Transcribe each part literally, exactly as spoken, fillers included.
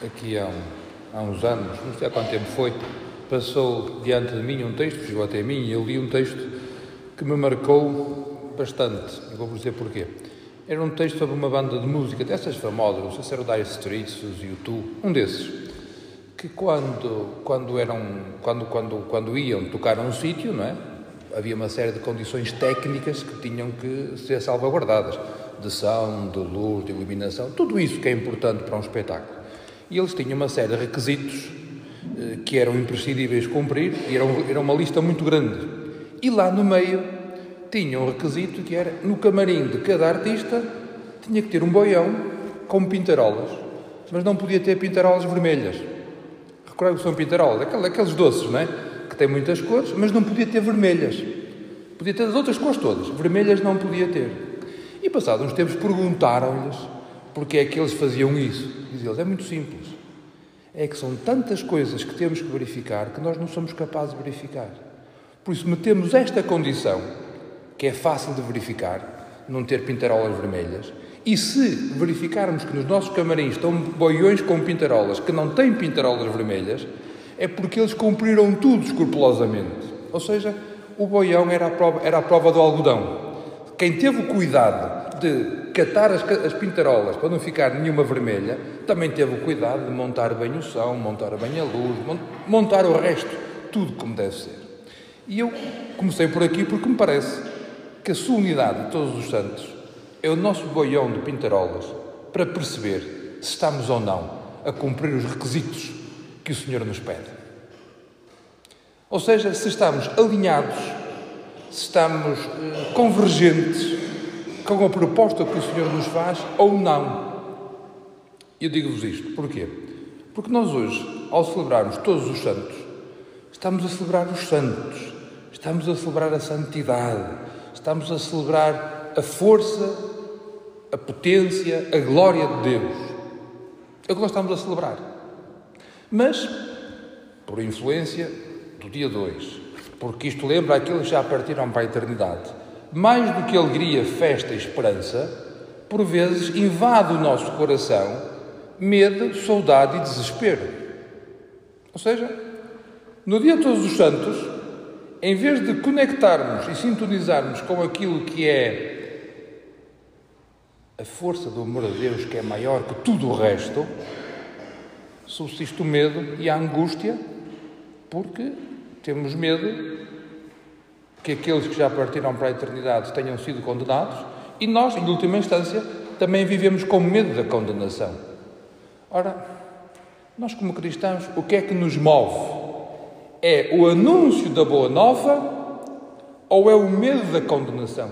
aqui há, um, há uns anos, não sei há quanto tempo foi, passou diante de mim um texto, chegou até mim e eu li um texto que me marcou bastante. Eu vou-vos dizer porquê. Era um texto sobre uma banda de música, dessas famosas, não sei se era o Dire Straits, os U dois, um desses, que quando, quando, eram, quando, quando, quando iam tocar a um sítio, não é? Havia uma série de condições técnicas que tinham que ser salvaguardadas, de som, de luz, de iluminação, tudo isso que é importante para um espetáculo. E eles tinham uma série de requisitos eh, que eram imprescindíveis cumprir, e era, um, era uma lista muito grande. E lá no meio tinha um requisito que era, no camarim de cada artista, tinha que ter um boião com pintarolas, mas não podia ter pintarolas vermelhas. Recordem o que são pintarolas? Aqueles, aqueles doces, não é? Que têm muitas cores, mas não podia ter vermelhas. Podia ter as outras cores todas, vermelhas não podia ter. E passados uns tempos perguntaram-lhes porque é que eles faziam isso. Diziam-lhes, é muito simples. É que são tantas coisas que temos que verificar que nós não somos capazes de verificar. Por isso metemos esta condição, que é fácil de verificar, não ter pintarolas vermelhas, e se verificarmos que nos nossos camarins estão boiões com pintarolas que não têm pintarolas vermelhas, é porque eles cumpriram tudo escrupulosamente. Ou seja, o boião era a prova, era a prova do algodão. Quem teve o cuidado de catar as, as pintarolas para não ficar nenhuma vermelha, também teve o cuidado de montar bem o som, montar bem a luz, montar o resto, tudo como deve ser. E eu comecei por aqui porque me parece que a solenidade de Todos os Santos é o nosso boião de pintarolas para perceber se estamos ou não a cumprir os requisitos que o Senhor nos pede. Ou seja, se estamos alinhados, se estamos eh, convergentes com a proposta que o Senhor nos faz ou não. Eu digo-vos isto. Porquê? Porque nós hoje, ao celebrarmos Todos os Santos, estamos a celebrar os santos, estamos a celebrar a santidade, estamos a celebrar a força, a potência, a glória de Deus. É o que nós estamos a celebrar. Mas, por influência do dia dois, porque isto lembra aqueles que já partiram para a eternidade, mais do que alegria, festa e esperança, por vezes invade o nosso coração medo, saudade e desespero. Ou seja, no dia de Todos os Santos, em vez de conectarmos e sintonizarmos com aquilo que é a força do amor de Deus, que é maior que tudo o resto, subsiste o medo e a angústia, porque temos medo que aqueles que já partiram para a eternidade tenham sido condenados e nós, em última instância, também vivemos com medo da condenação. Ora, nós como cristãos, o que é que nos move? É o anúncio da boa nova ou é o medo da condenação?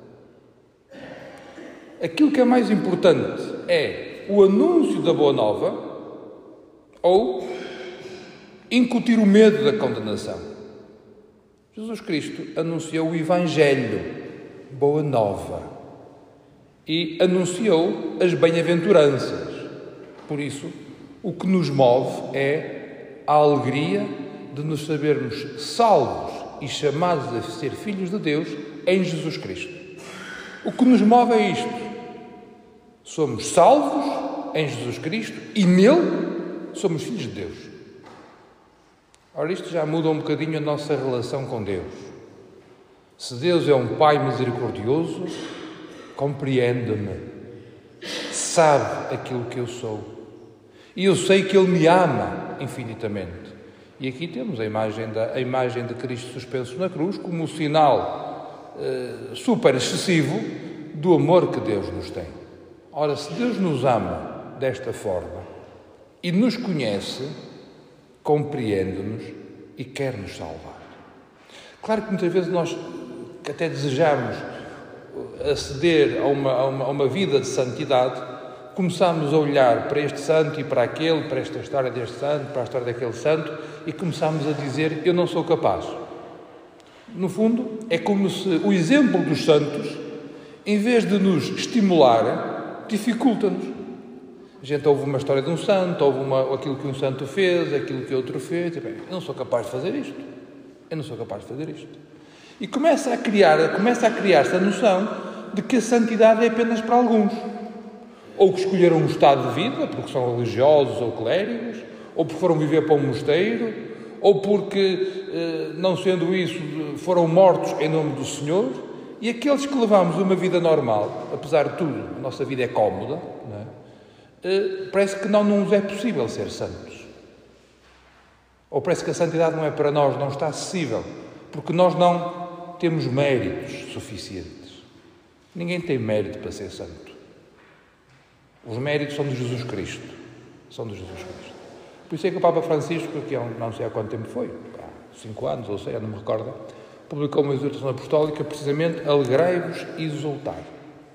Aquilo que é mais importante é o anúncio da boa nova ou incutir o medo da condenação. Jesus Cristo anunciou o Evangelho, boa nova, e anunciou as bem-aventuranças. Por isso, o que nos move é a alegria de nos sabermos salvos e chamados a ser filhos de Deus em Jesus Cristo. O que nos move é isto. Somos salvos em Jesus Cristo e nele somos filhos de Deus. Ora, isto já muda um bocadinho a nossa relação com Deus. Se Deus é um Pai misericordioso, compreende-me, sabe aquilo que eu sou. E eu sei que Ele me ama infinitamente. E aqui temos a imagem, da, a imagem de Cristo suspenso na cruz como um sinal eh, super excessivo do amor que Deus nos tem. Ora, se Deus nos ama desta forma e nos conhece, compreende-nos e quer nos salvar. Claro que muitas vezes nós que até desejamos aceder a uma, a, uma, a uma vida de santidade, começamos a olhar para este santo e para aquele, para esta história deste santo, para a história daquele santo, e começamos a dizer, eu não sou capaz. No fundo, é como se o exemplo dos santos, em vez de nos estimular, dificulta-nos. A gente ouve uma história de um santo, ouve uma, aquilo que um santo fez, aquilo que outro fez, e bem, eu não sou capaz de fazer isto. Eu não sou capaz de fazer isto. E começa a criar, começa a criar-se a noção de que a santidade é apenas para alguns. ou que escolheram um estado de vida, porque são religiosos ou clérigos, ou porque foram viver para um mosteiro, ou porque, não sendo isso, foram mortos em nome do Senhor. E aqueles que levamos uma vida normal, apesar de tudo, a nossa vida é cómoda, não é? Parece que não nos é possível ser santos. Ou parece que a santidade não é para nós, não está acessível, porque nós não temos méritos suficientes. Ninguém tem mérito para ser santo. Os méritos são de Jesus Cristo. São de Jesus Cristo. Por isso é que o Papa Francisco, que há, não sei há quanto tempo foi, há cinco anos ou seis, não me recordo, publicou uma exortação apostólica, precisamente, alegrai-vos e exultai,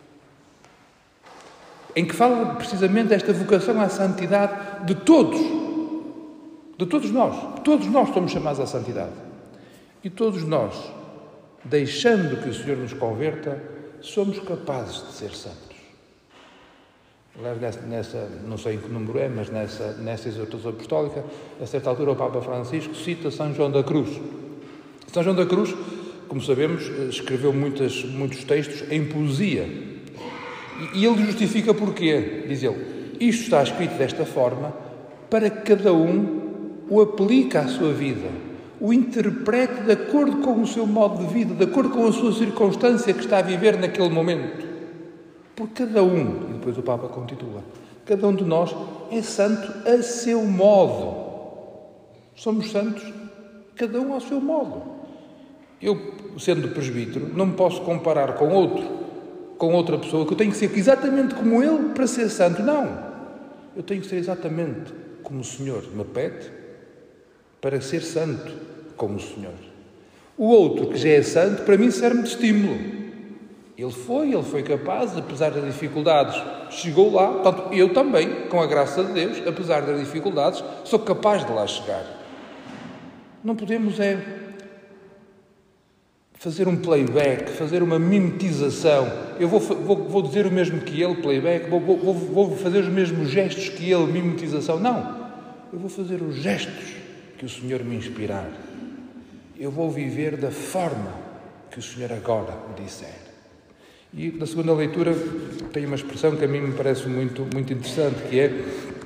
em que fala precisamente desta vocação à santidade de todos, de todos nós. Todos nós somos chamados à santidade. E todos nós, deixando que o Senhor nos converta, somos capazes de ser santos. Nessa, nessa, não sei em que número é, mas nessa, nessa exortação apostólica, a certa altura o Papa Francisco cita São João da Cruz. São João da Cruz, como sabemos, escreveu muitas, muitos textos em poesia. E, e ele justifica porquê. Diz ele, isto está escrito desta forma para que cada um o aplique à sua vida, o interprete de acordo com o seu modo de vida, de acordo com a sua circunstância que está a viver naquele momento. Por cada um, e depois o Papa continua, cada um de nós é santo a seu modo. Somos santos, cada um ao seu modo. Eu, sendo presbítero, não me posso comparar com outro, com outra pessoa, que eu tenho que ser exatamente como ele para ser santo. Não. Eu tenho que ser exatamente como o Senhor me pede para ser santo como o Senhor. O outro, que já é santo, para mim serve de estímulo. Ele foi, ele foi capaz, apesar das dificuldades, chegou lá. Portanto, eu também, com a graça de Deus, apesar das dificuldades, sou capaz de lá chegar. Não podemos é fazer um playback, fazer uma mimetização. Eu vou, vou, vou dizer o mesmo que ele, playback, vou, vou, vou fazer os mesmos gestos que ele, mimetização. Não. Eu vou fazer os gestos que o Senhor me inspirar. Eu vou viver da forma que o Senhor agora me disser. E na segunda leitura tem uma expressão que a mim me parece muito, muito interessante, que é: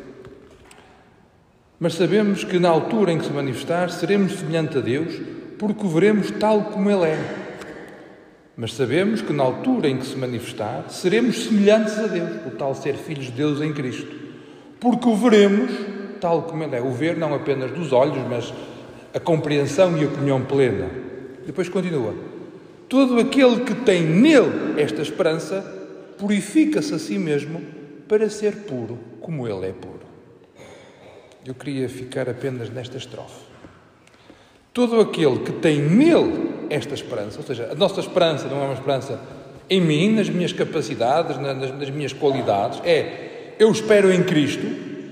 mas sabemos que na altura em que se manifestar seremos semelhantes a Deus, porque o veremos tal como Ele é. Mas sabemos que na altura em que se manifestar seremos semelhantes a Deus, o tal ser filhos de Deus em Cristo, porque o veremos tal como Ele é. O ver não apenas dos olhos, mas a compreensão e a comunhão plena. Depois continua: todo aquele que tem nele esta esperança purifica-se a si mesmo para ser puro como Ele é puro. Eu queria ficar apenas nesta estrofe. Todo aquele que tem nele esta esperança, ou seja, a nossa esperança não é uma esperança em mim, nas minhas capacidades, nas, nas minhas qualidades, é eu espero em Cristo.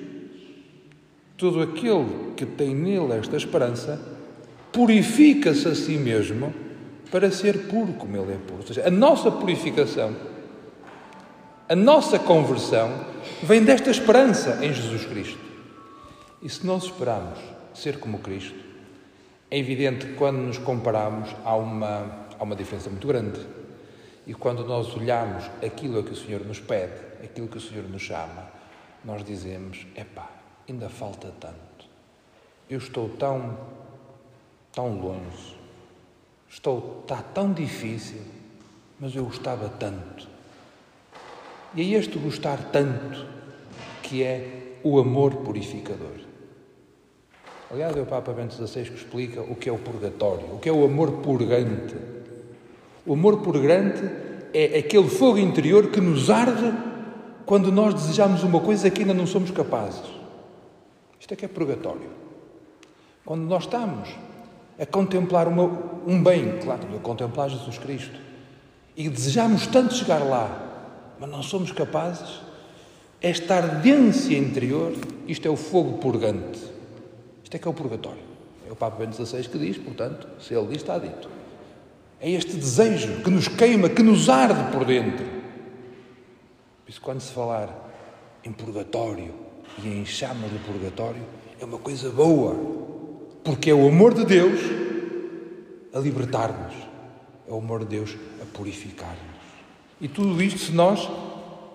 Todo aquele que tem nele esta esperança purifica-se a si mesmo para ser puro como Ele é puro. Ou seja, a nossa purificação, a nossa conversão vem desta esperança em Jesus Cristo. E se nós esperamos ser como Cristo, é evidente que quando nos comparamos há uma, há uma diferença muito grande. E quando nós olhamos aquilo a que o Senhor nos pede, aquilo que o Senhor nos chama, nós dizemos: epá, ainda falta tanto. Eu estou tão, tão longe. Estou, está tão difícil, mas eu gostava tanto. E é este gostar tanto que é o amor purificador. Aliás, é o Papa Bento dezasseis que explica o que é o purgatório, o que é o amor purgante. O amor purgante é aquele fogo interior que nos arde quando nós desejamos uma coisa que ainda não somos capazes. Isto é que é purgatório. Quando nós estamos a contemplar uma, um bem, claro, a contemplar Jesus Cristo, e desejamos tanto chegar lá, mas não somos capazes, esta ardência interior, isto é o fogo purgante. Isto é que é o purgatório. É o Papa Bento dezasseis que diz, portanto, se ele diz, está dito. É este desejo que nos queima, que nos arde por dentro. Por isso, quando se falar em purgatório e em chamas do purgatório, é uma coisa boa, porque é o amor de Deus a libertar-nos, é o amor de Deus a purificar-nos. E tudo isto se nós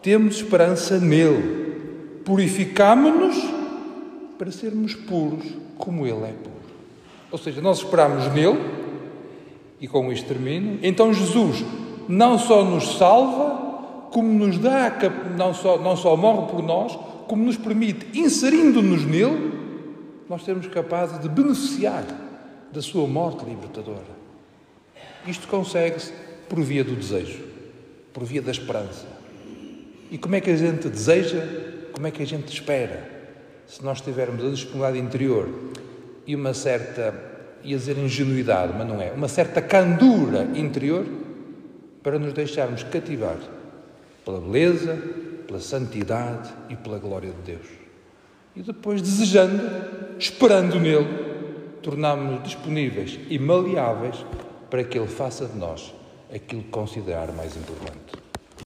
temos esperança nele. Purificamo-nos para sermos puros como ele é puro. Ou seja, nós esperamos nele, e com isto termino, então Jesus não só nos salva, como nos dá, não só, não só morre por nós, como nos permite, inserindo-nos nele, nós sermos capazes de beneficiar da sua morte libertadora. Isto consegue-se por via do desejo, por via da esperança. E como é que a gente deseja? Como é que a gente espera? Se nós tivermos a disponibilidade interior e uma certa, ia dizer ingenuidade, mas não é, uma certa candura interior para nos deixarmos cativar pela beleza, pela santidade e pela glória de Deus. E depois, desejando, esperando nele, tornamos-nos disponíveis e maleáveis para que ele faça de nós aquilo que considerar mais importante.